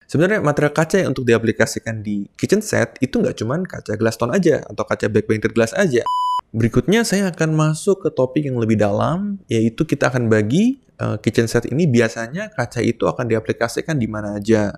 Sebenarnya material kaca yang untuk diaplikasikan di kitchen set itu nggak cuma kaca glass tone aja atau kaca back painted glass aja. Berikutnya saya akan masuk ke topik yang lebih dalam, yaitu kita akan bagi kitchen set ini biasanya kaca itu akan diaplikasikan di mana aja.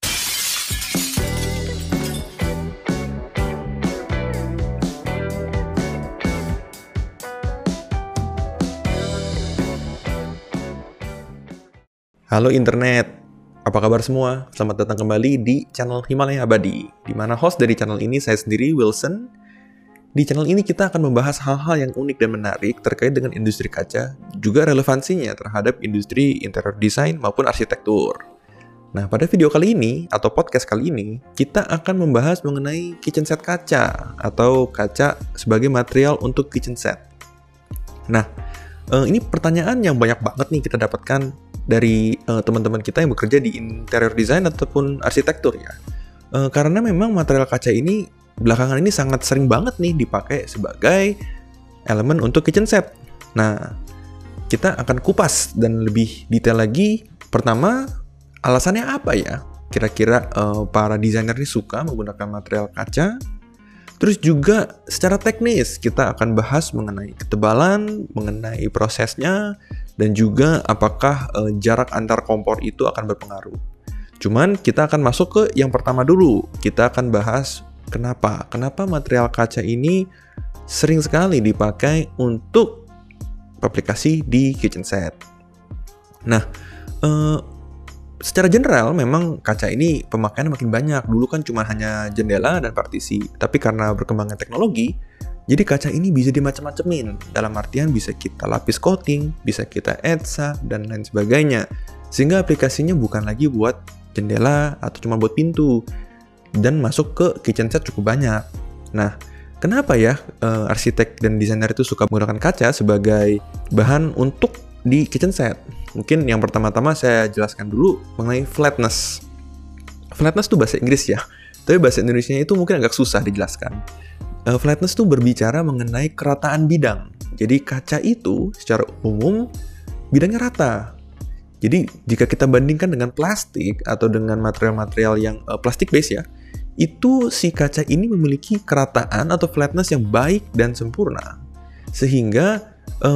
Halo internet, apa kabar semua? Selamat datang kembali di channel Himalaya Abadi, di mana host dari channel ini saya sendiri, Wilson. Di channel ini kita akan membahas hal-hal yang unik dan menarik terkait dengan industri kaca, juga relevansinya terhadap industri interior design maupun arsitektur. Nah, pada video kali ini, atau podcast kali ini, kita akan membahas mengenai kitchen set kaca, atau kaca sebagai material untuk kitchen set. Nah, ini pertanyaan yang banyak banget nih kita dapatkan dari teman-teman kita yang bekerja di interior design ataupun arsitektur ya. Karena memang material kaca ini belakangan ini sangat sering banget nih dipakai sebagai elemen untuk kitchen set. Nah, kita akan kupas dan lebih detail lagi. Pertama, alasannya apa ya? Kira-kira para desainer ini suka menggunakan material kaca. Terus juga secara teknis kita akan bahas mengenai ketebalan, mengenai prosesnya, dan juga apakah jarak antar kompor itu akan berpengaruh. Cuman kita akan masuk ke yang pertama dulu. Kita akan bahas kenapa material kaca ini sering sekali dipakai untuk aplikasi di kitchen set. Nah, secara general memang kaca ini pemakaiannya makin banyak. Dulu kan cuma hanya jendela dan partisi. Tapi karena berkembangnya teknologi, jadi kaca ini bisa dimacam-macamin. Dalam artian bisa kita lapis coating, bisa kita etsa, dan lain sebagainya. Sehingga aplikasinya bukan lagi buat jendela atau cuma buat pintu. Dan masuk ke kitchen set cukup banyak. Nah, kenapa ya arsitek dan desainer itu suka menggunakan kaca sebagai bahan untuk di kitchen set? Mungkin yang pertama-tama saya jelaskan dulu mengenai flatness. Flatness itu bahasa Inggris ya, tapi bahasa Indonesianya itu mungkin agak susah dijelaskan. Flatness itu berbicara mengenai kerataan bidang. Jadi kaca itu secara umum bidangnya rata. Jadi jika kita bandingkan dengan plastik atau dengan material-material yang plastik base ya, itu si kaca ini memiliki kerataan atau flatness yang baik dan sempurna. Sehingga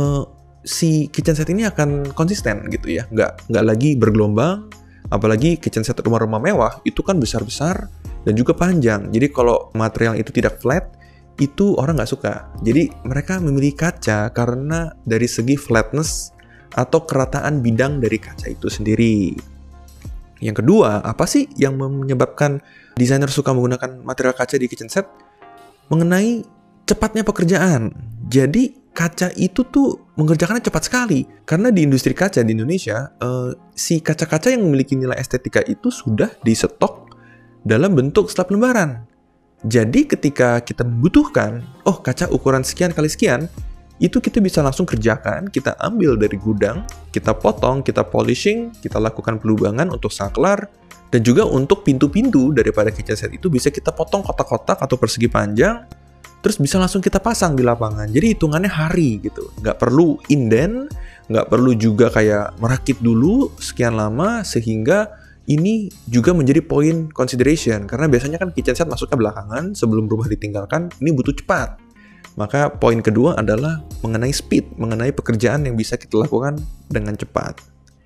si kitchen set ini akan konsisten gitu ya, nggak lagi bergelombang. Apalagi kitchen set rumah-rumah mewah itu kan besar-besar dan juga panjang. Jadi kalau material itu tidak flat, itu orang nggak suka. Jadi mereka memilih kaca karena dari segi flatness atau kerataan bidang dari kaca itu sendiri. Yang kedua, apa sih yang menyebabkan desainer suka menggunakan material kaca di kitchen set? Mengenai cepatnya pekerjaan. Jadi kaca itu tuh mengerjakannya cepat sekali. Karena di industri kaca di Indonesia, si kaca-kaca yang memiliki nilai estetika itu sudah disetok dalam bentuk slab lembaran. Jadi ketika kita membutuhkan, kaca ukuran sekian kali sekian, itu kita bisa langsung kerjakan, kita ambil dari gudang, kita potong, kita polishing, kita lakukan pelubangan untuk saklar, dan juga untuk pintu-pintu daripada kitchen set itu bisa kita potong kotak-kotak atau persegi panjang, terus bisa langsung kita pasang di lapangan. Jadi hitungannya hari gitu. Nggak perlu inden, nggak perlu juga kayak merakit dulu sekian lama, sehingga ini juga menjadi point consideration. Karena biasanya kan kitchen set masuknya belakangan, sebelum rumah ditinggalkan, ini butuh cepat. Maka poin kedua adalah mengenai speed, mengenai pekerjaan yang bisa kita lakukan dengan cepat.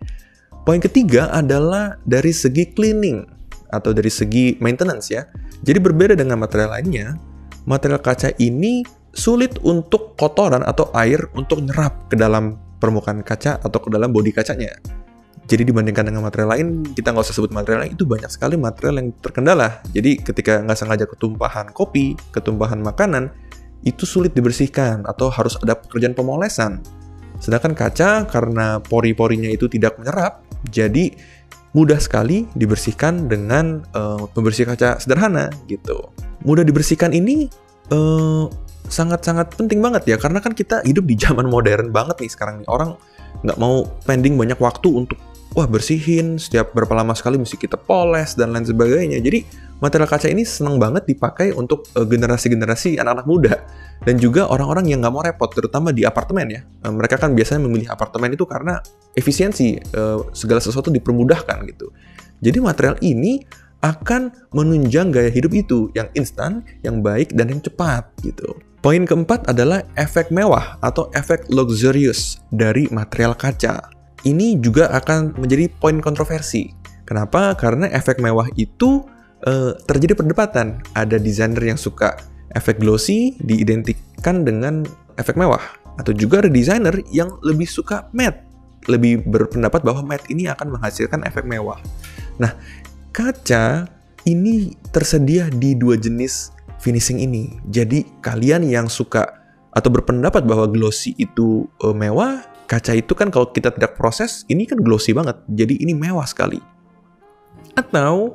Poin ketiga adalah dari segi cleaning, atau dari segi maintenance ya. Jadi berbeda dengan material lainnya, material kaca ini sulit untuk kotoran atau air untuk nyerap ke dalam permukaan kaca atau ke dalam bodi kacanya. Jadi dibandingkan dengan material lain, kita nggak usah sebut material lain, itu banyak sekali material yang terkendala. Jadi ketika nggak sengaja ketumpahan kopi, ketumpahan makanan, itu sulit dibersihkan atau harus ada pekerjaan pemolesan. Sedangkan kaca karena pori-porinya itu tidak menyerap, jadi mudah sekali dibersihkan dengan pembersih kaca sederhana gitu. Mudah dibersihkan ini sangat-sangat penting banget ya, karena kan kita hidup di zaman modern banget nih sekarang nih. Orang nggak mau spending banyak waktu untuk bersihin setiap berapa lama sekali mesti kita poles dan lain sebagainya. Jadi material kaca ini senang banget dipakai untuk generasi-generasi anak-anak muda dan juga orang-orang yang nggak mau repot, terutama di apartemen ya. Mereka kan biasanya memilih apartemen itu karena efisiensi, segala sesuatu dipermudahkan gitu. Jadi material ini akan menunjang gaya hidup itu, yang instan, yang baik, dan yang cepat gitu. Poin keempat adalah efek mewah atau efek luxurious dari material kaca. Ini juga akan menjadi poin kontroversi. Kenapa? Karena efek mewah itu terjadi perdebatan. Ada desainer yang suka efek glossy diidentikan dengan efek mewah. Atau juga ada desainer yang lebih suka matte. Lebih berpendapat bahwa matte ini akan menghasilkan efek mewah. Nah, kaca ini tersedia di dua jenis finishing ini. Jadi kalian yang suka atau berpendapat bahwa glossy itu mewah, kaca itu kan kalau kita tidak proses, ini kan glossy banget. Jadi ini mewah sekali. Atau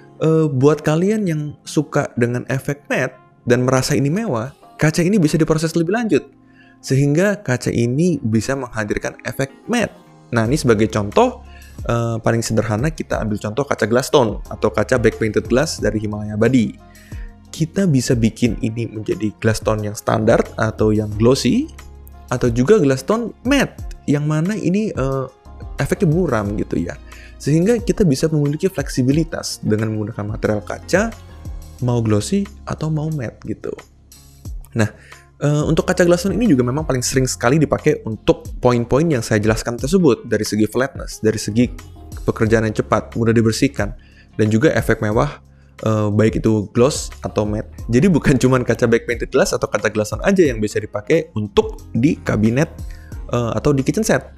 buat kalian yang suka dengan efek matte dan merasa ini mewah, kaca ini bisa diproses lebih lanjut. Sehingga kaca ini bisa menghadirkan efek matte. Nah, ini sebagai contoh, paling sederhana kita ambil contoh kaca glass tone atau kaca back painted glass dari Himalaya Abadi. Kita bisa bikin ini menjadi glass tone yang standar atau yang glossy, atau juga glass tone matte, yang mana ini efeknya buram gitu ya. Sehingga kita bisa memiliki fleksibilitas dengan menggunakan material kaca, mau glossy atau mau matte gitu. Nah, untuk kaca glass tone ini juga memang paling sering sekali dipakai untuk poin-poin yang saya jelaskan tersebut, dari segi flatness, dari segi pekerjaan yang cepat, mudah dibersihkan, dan juga efek mewah, baik itu gloss atau matte. Jadi bukan cuma kaca back painted glass atau kaca glass tone aja yang bisa dipakai untuk di kabinet atau di kitchen set.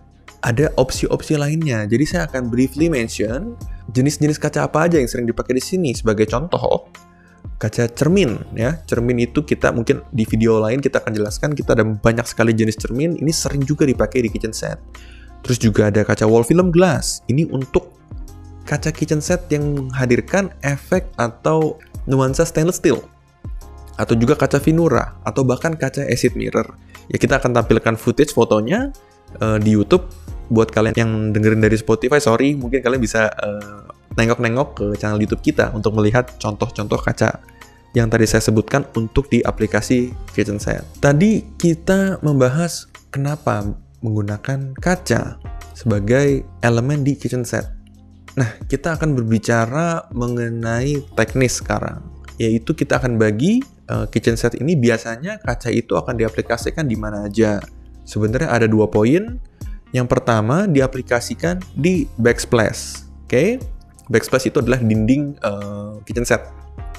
Ada opsi-opsi lainnya. Jadi saya akan briefly mention jenis-jenis kaca apa aja yang sering dipakai di sini. Sebagai contoh, kaca cermin ya. Cermin itu kita mungkin di video lain kita akan jelaskan, kita ada banyak sekali jenis cermin. Ini sering juga dipakai di kitchen set. Terus juga ada kaca wall film glass. Ini untuk kaca kitchen set yang menghadirkan efek atau nuansa stainless steel. Atau juga kaca Finura atau bahkan kaca acid mirror. Ya, kita akan tampilkan footage fotonya di YouTube. Buat kalian yang dengerin dari Spotify, sorry, mungkin kalian bisa nengok-nengok ke channel YouTube kita untuk melihat contoh-contoh kaca yang tadi saya sebutkan untuk di aplikasi kitchen set. Tadi kita membahas kenapa menggunakan kaca sebagai elemen di kitchen set. Nah, kita akan berbicara mengenai teknis sekarang, yaitu kita akan bagi kitchen set ini biasanya kaca itu akan diaplikasikan di mana aja. Sebenarnya ada 2 poin. Yang pertama, diaplikasikan di backsplash. Oke? Backsplash itu adalah dinding kitchen set.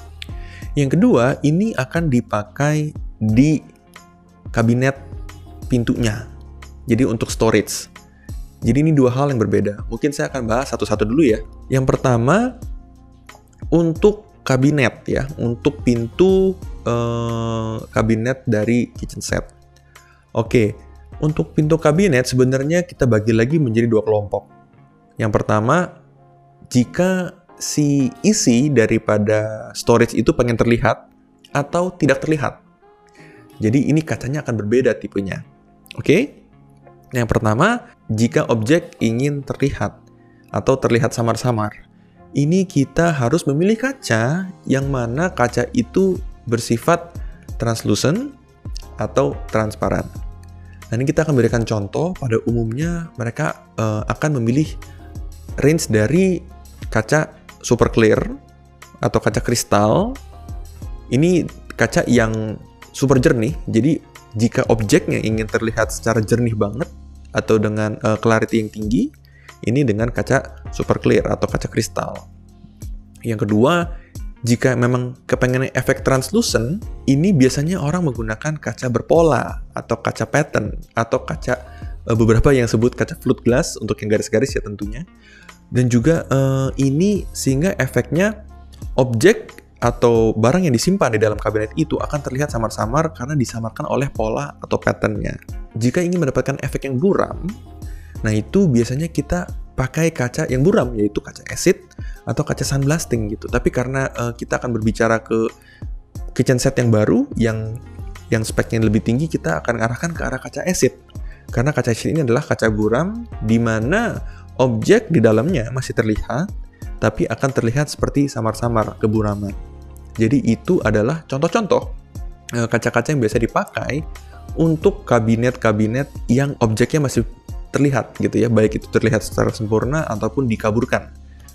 Yang kedua, ini akan dipakai di kabinet pintunya. Jadi untuk storage. Jadi ini 2 hal yang berbeda. Mungkin saya akan bahas satu-satu dulu ya. Yang pertama, untuk kabinet ya. Untuk pintu kabinet dari kitchen set. Oke. Untuk pintu kabinet sebenarnya kita bagi lagi menjadi 2 kelompok. Yang pertama, jika si isi daripada storage itu pengen terlihat atau tidak terlihat. Jadi ini kacanya akan berbeda tipenya. Oke? Yang pertama, jika objek ingin terlihat atau terlihat samar-samar. Ini kita harus memilih kaca yang mana kaca itu bersifat translucent atau transparan. Nah, ini kita akan berikan contoh. Pada umumnya mereka akan memilih range dari kaca super clear atau kaca kristal. Ini kaca yang super jernih. Jadi jika objeknya ingin terlihat secara jernih banget atau dengan clarity yang tinggi, ini dengan kaca super clear atau kaca kristal. Yang kedua, jika memang kepengen efek translucent, ini biasanya orang menggunakan kaca berpola atau kaca pattern atau kaca beberapa yang sebut kaca flute glass untuk yang garis-garis ya tentunya. Dan juga ini sehingga efeknya objek atau barang yang disimpan di dalam kabinet itu akan terlihat samar-samar karena disamarkan oleh pola atau patternnya. Jika ingin mendapatkan efek yang buram, nah itu biasanya kita pakai kaca yang buram, yaitu kaca acid atau kaca sunblasting gitu. Tapi karena kita akan berbicara ke kitchen set yang baru, yang speknya lebih tinggi, kita akan arahkan ke arah kaca acid. Karena kaca acid ini adalah kaca buram, di mana objek di dalamnya masih terlihat, tapi akan terlihat seperti samar-samar keburaman. Jadi itu adalah contoh-contoh kaca-kaca yang biasa dipakai untuk kabinet-kabinet yang objeknya masih terlihat gitu ya, baik itu terlihat secara sempurna ataupun dikaburkan.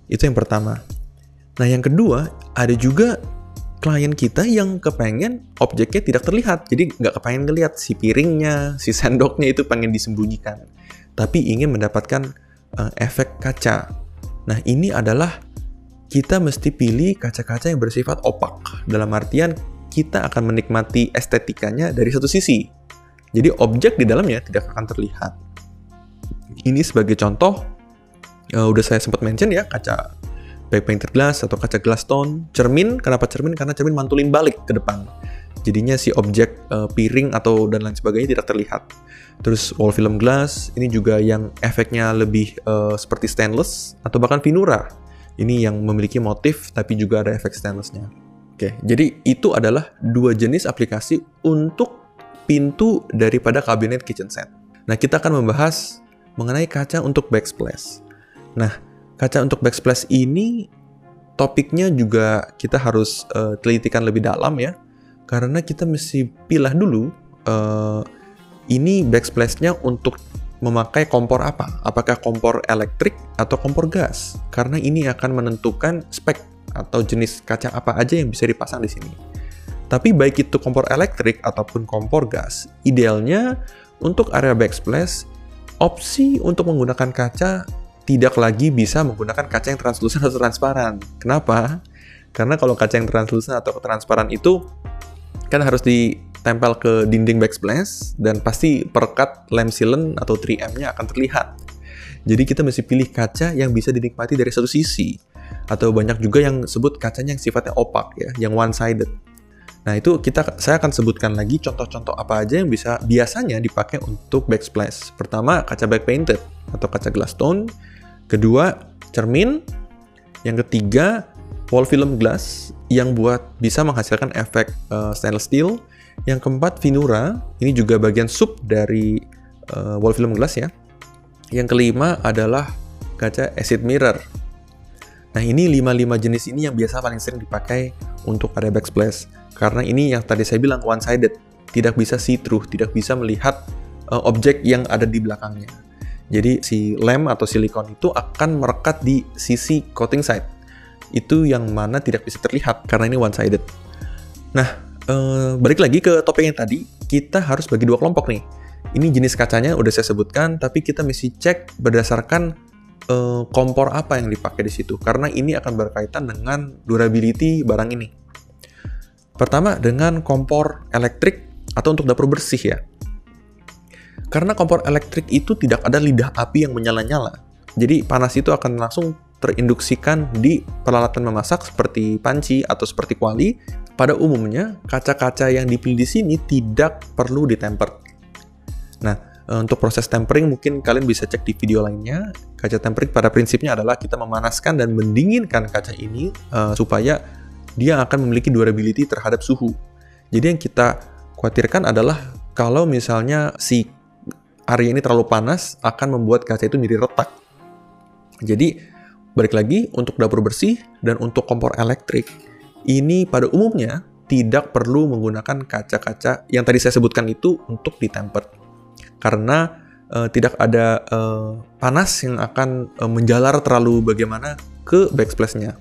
Itu yang pertama. Nah, yang kedua, ada juga klien kita yang kepengen objeknya tidak terlihat. Jadi nggak kepengen ngelihat si piringnya, si sendoknya itu pengen disembunyikan. Tapi ingin mendapatkan efek kaca. Nah, ini adalah kita mesti pilih kaca-kaca yang bersifat opak. Dalam artian, kita akan menikmati estetikanya dari satu sisi. Jadi objek di dalamnya tidak akan terlihat. Ini sebagai contoh, udah saya sempat mention ya, kaca back painted glass atau kaca glass tone. Cermin, kenapa cermin? Karena cermin mantulin balik ke depan. Jadinya si objek piring atau dan lain sebagainya tidak terlihat. Terus wall film glass, ini juga yang efeknya lebih seperti stainless atau bahkan Finura. Ini yang memiliki motif tapi juga ada efek stainlessnya. Oke, jadi itu adalah dua jenis aplikasi untuk pintu daripada kabinet kitchen set. Nah, kita akan membahas mengenai kaca untuk backsplash. Nah, kaca untuk backsplash ini topiknya juga kita harus telitikan lebih dalam ya, karena kita mesti pilah dulu ini backsplash-nya untuk memakai kompor apa? Apakah kompor elektrik atau kompor gas? Karena ini akan menentukan spek atau jenis kaca apa aja yang bisa dipasang di sini. Tapi baik itu kompor elektrik ataupun kompor gas, idealnya untuk area backsplash, opsi untuk menggunakan kaca tidak lagi bisa menggunakan kaca yang translucent atau transparan. Kenapa? Karena kalau kaca yang translucent atau transparan itu kan harus ditempel ke dinding backsplash dan pasti perekat lamp sealant atau 3M-nya akan terlihat. Jadi kita mesti pilih kaca yang bisa dinikmati dari satu sisi. Atau banyak juga yang sebut kacanya yang sifatnya opak ya, yang one-sided. Nah, itu saya akan sebutkan lagi contoh-contoh apa aja yang biasanya dipakai untuk backsplash. Pertama, kaca back painted atau kaca glass tone. Kedua, cermin. Yang ketiga, wall film glass yang bisa menghasilkan efek stainless steel. Yang keempat, Finura. Ini juga bagian sub dari wall film glass ya. Yang kelima adalah kaca acid mirror. Nah, ini 5 jenis ini yang biasa paling sering dipakai untuk area backsplash. Karena ini yang tadi saya bilang one-sided. Tidak bisa see-through, tidak bisa melihat objek yang ada di belakangnya. Jadi si lem atau silikon itu akan merekat di sisi coating side. Itu yang mana tidak bisa terlihat karena ini one-sided. Nah, balik lagi ke topik yang tadi, kita harus bagi dua kelompok nih. Ini jenis kacanya udah saya sebutkan, tapi kita mesti cek berdasarkan kompor apa yang dipakai di situ. Karena ini akan berkaitan dengan durability barang ini. Pertama, dengan kompor elektrik atau untuk dapur bersih ya. Karena kompor elektrik itu tidak ada lidah api yang menyala-nyala. Jadi panas itu akan langsung terinduksikan di peralatan memasak seperti panci atau seperti kuali. Pada umumnya, kaca-kaca yang dipilih di sini tidak perlu ditemper. Nah, untuk proses tempering mungkin kalian bisa cek di video lainnya. Kaca tempering pada prinsipnya adalah kita memanaskan dan mendinginkan kaca ini supaya dia akan memiliki durability terhadap suhu. Jadi yang kita khawatirkan adalah kalau misalnya si area ini terlalu panas akan membuat kaca itu menjadi retak. Jadi balik lagi untuk dapur bersih dan untuk kompor elektrik ini pada umumnya tidak perlu menggunakan kaca-kaca yang tadi saya sebutkan itu untuk ditemper. Karena tidak ada panas yang akan menjalar terlalu bagaimana ke backsplash-nya.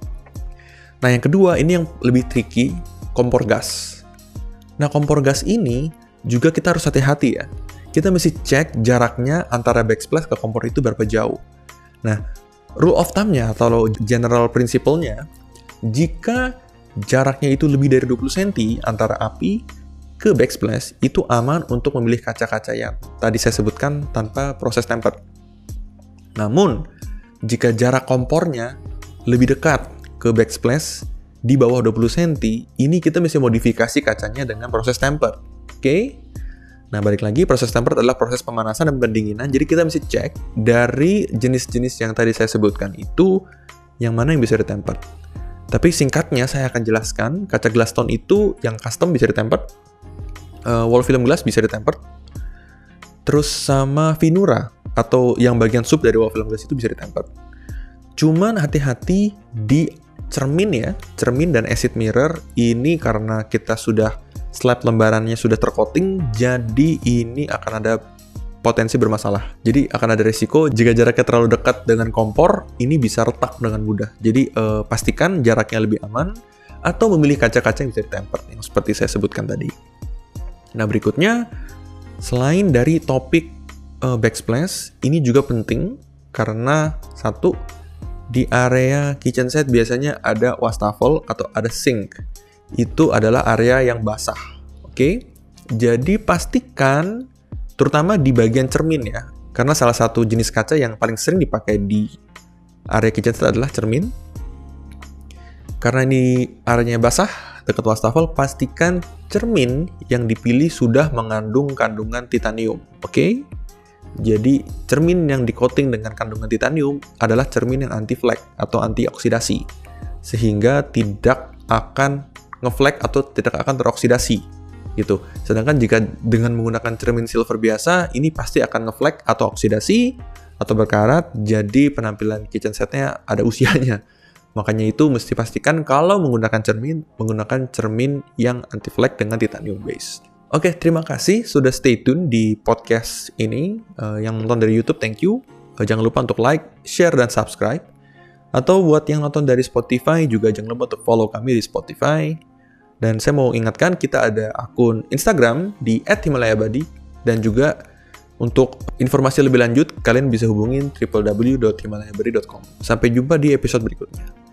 Nah, yang kedua, ini yang lebih tricky, kompor gas. Nah, kompor gas ini juga kita harus hati-hati ya. Kita mesti cek jaraknya antara backsplash ke kompor itu berapa jauh. Nah, rule of thumb-nya atau general principle-nya, jika jaraknya itu lebih dari 20 cm antara api ke backsplash, itu aman untuk memilih kaca-kaca yang tadi saya sebutkan tanpa proses temper. Namun, jika jarak kompornya lebih dekat ke backsplash di bawah 20 cm, ini kita mesti modifikasi kacanya dengan proses temper. Oke? Nah, balik lagi, proses temper adalah proses pemanasan dan pendinginan. Jadi kita mesti cek dari jenis-jenis yang tadi saya sebutkan itu, yang mana yang bisa ditemper. Tapi singkatnya saya akan jelaskan, kaca glass tone itu yang custom bisa ditemper, wall film glass bisa ditemper, terus sama Finura atau yang bagian sub dari wall film glass itu bisa ditemper. Cuman hati-hati di cermin ya, cermin dan acid mirror ini karena kita sudah slab lembarannya sudah tercoating, jadi ini akan ada potensi bermasalah. Jadi akan ada resiko jika jaraknya terlalu dekat dengan kompor, ini bisa retak dengan mudah. Jadi pastikan jaraknya lebih aman atau memilih kaca-kaca yang bisa ditemper, yang seperti saya sebutkan tadi. Nah berikutnya, selain dari topik backsplash, ini juga penting karena satu, di area kitchen set biasanya ada wastafel atau ada sink. Itu adalah area yang basah. Oke? Jadi pastikan terutama di bagian cermin ya. Karena salah satu jenis kaca yang paling sering dipakai di area kitchen set adalah cermin. Karena ini areanya basah dekat wastafel, pastikan cermin yang dipilih sudah mengandung kandungan titanium. Oke? Jadi cermin yang di-coating dengan kandungan titanium adalah cermin yang anti-flake atau anti-oksidasi. Sehingga tidak akan nge-flake atau tidak akan teroksidasi. Gitu. Sedangkan jika dengan menggunakan cermin silver biasa, ini pasti akan nge-flake atau oksidasi atau berkarat, jadi penampilan kitchen setnya ada usianya. Makanya itu mesti pastikan kalau menggunakan cermin yang anti-flake dengan titanium base. Oke, terima kasih sudah stay tune di podcast ini. Yang nonton dari YouTube, thank you. Jangan lupa untuk like, share, dan subscribe. Atau buat yang nonton dari Spotify, juga jangan lupa untuk follow kami di Spotify. Dan saya mau ingatkan, kita ada akun Instagram di @himalayabadi. Dan juga untuk informasi lebih lanjut, kalian bisa hubungin www.himalayabadi.com. Sampai jumpa di episode berikutnya.